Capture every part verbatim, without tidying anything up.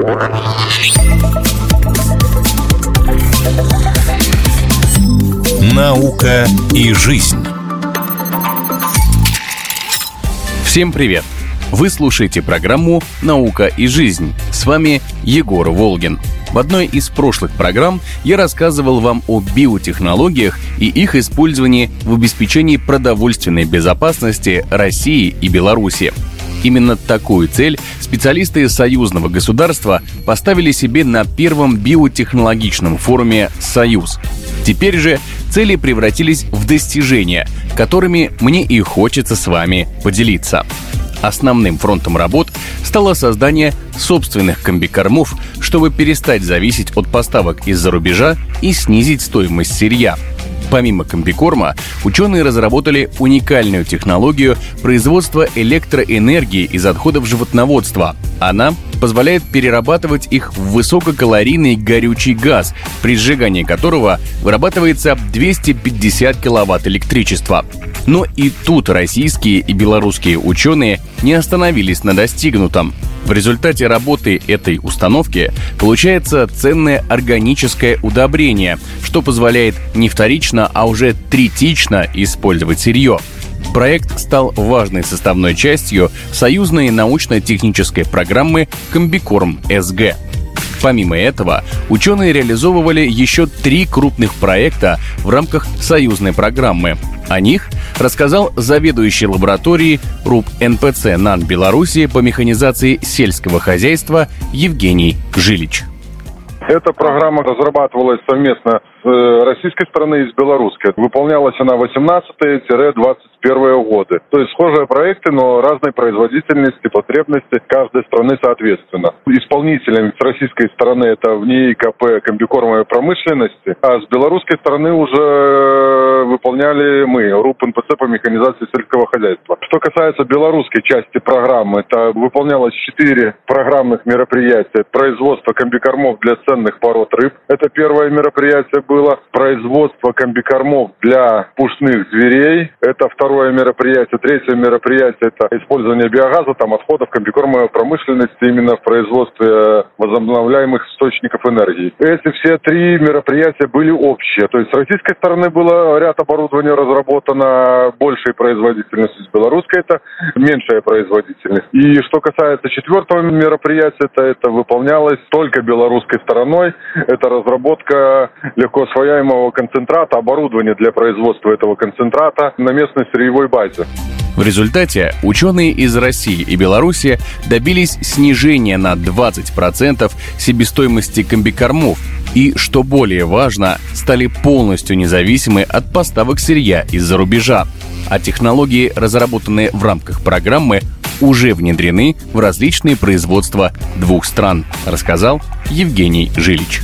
Наука и жизнь. Всем привет! Вы слушаете программу «Наука и жизнь». С вами Егор Волгин. В одной из прошлых программ я рассказывал вам о биотехнологиях и их использовании в обеспечении продовольственной безопасности России и Беларуси. Именно такую цель специалисты союзного государства поставили себе на первом биотехнологичном форуме «Союз». Теперь же цели превратились в достижения, которыми мне и хочется с вами поделиться. Основным фронтом работ стало создание собственных комбикормов, чтобы перестать зависеть от поставок из-за рубежа и снизить стоимость сырья. Помимо комбикорма, ученые разработали уникальную технологию производства электроэнергии из отходов животноводства. Она позволяет перерабатывать их в высококалорийный горючий газ, при сжигании которого вырабатывается двести пятьдесят киловатт электричества. Но и тут российские и белорусские ученые не остановились на достигнутом. В результате работы этой установки получается ценное органическое удобрение, что позволяет не вторично, а уже третично использовать сырье. Проект стал важной составной частью союзной научно-технической программы «Комбикорм-СГ». Помимо этого, ученые реализовывали еще три крупных проекта в рамках союзной программы. О них рассказал заведующий лабораторией РУП эн пэ цэ НАН Беларуси по механизации сельского хозяйства Евгений Жилич. Эта программа разрабатывалась совместно с российской стороны и с белорусской. Выполнялась она восемнадцатый — двадцать первый годы. То есть схожие проекты, но разной производительности, потребности каждой страны соответственно. Исполнителем с российской стороны это в НИИ ка пэ комбикормовой промышленности, а с белорусской стороны уже выполняли мы, РУП эн пэ цэ по механизации сельского хозяйства. Что касается белорусской части программы, это выполнялось четыре программных мероприятия. Производство комбикормов для ценных пород рыб. Это первое мероприятие было. Производство комбикормов для пушных зверей. Это второе мероприятие. Третье мероприятие – это использование биогаза, там отходов комбикормовой промышленности именно в производстве возобновляемых источников энергии. Эти все три мероприятия были общие. То есть с российской стороны было ряд оборудования разработано большей производительностью, с белорусской это меньшая производительность. И что касается четвертого мероприятия, это, это выполнялось только белорусской стороной. Это разработка легкоусвояемого концентрата, оборудование для производства этого концентрата на местной сырьевой базе. В результате ученые из России и Беларуси добились снижения на двадцать процентов себестоимости комбикормов и, что более важно, стали полностью независимы от поставок сырья из-за рубежа. А технологии, разработанные в рамках программы, уже внедрены в различные производства двух стран, рассказал Евгений Жилич.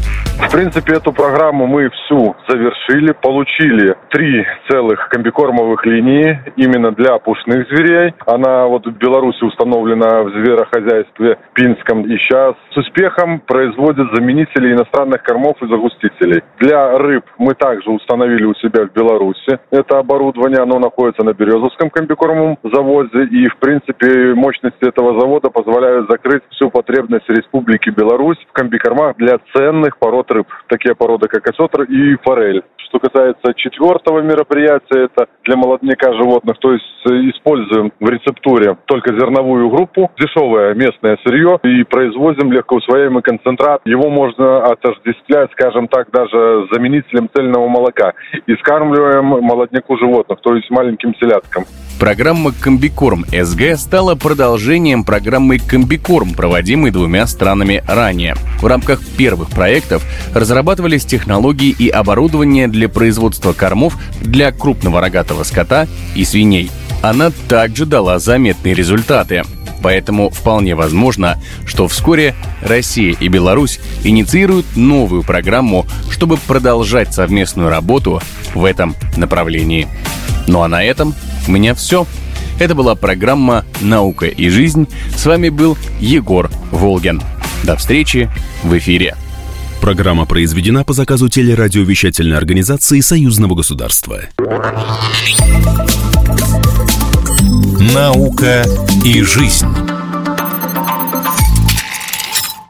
В принципе, эту программу мы всю завершили, получили три целых комбикормовых линии именно для пушных зверей. Она вот в Беларуси установлена в зверохозяйстве Пинском и сейчас с успехом производит заменители иностранных кормов и загустителей. Для рыб мы также установили у себя в Беларуси это оборудование, оно находится на Березовском комбикормовом заводе, и в принципе мощности этого завода позволяют закрыть всю потребность Республики Беларусь в комбикормах для ценных пород рыб, такие породы, как осетр и форель. Что касается четвертого мероприятия, это для молодняка животных, то есть используем в рецептуре только зерновую группу, дешевое местное сырье, и производим легкоусвояемый концентрат. Его можно отождествлять, скажем так, даже заменителем цельного молока. И скармливаем молодняку животных, то есть маленьким селядкам. Программа «Комбикорм-СГ» стала продолжением программы «Комбикорм», проводимой двумя странами ранее. В рамках первых проектов разрабатывались технологии и оборудование для производства кормов для крупного рогатого скота и свиней. Она также дала заметные результаты. Поэтому вполне возможно, что вскоре Россия и Беларусь инициируют новую программу, чтобы продолжать совместную работу в этом направлении. Ну а на этом у меня все. Это была программа «Наука и жизнь». С вами был Егор Волгин. До встречи в эфире. Программа произведена по заказу телерадиовещательной организации Союзного государства. «Наука и жизнь».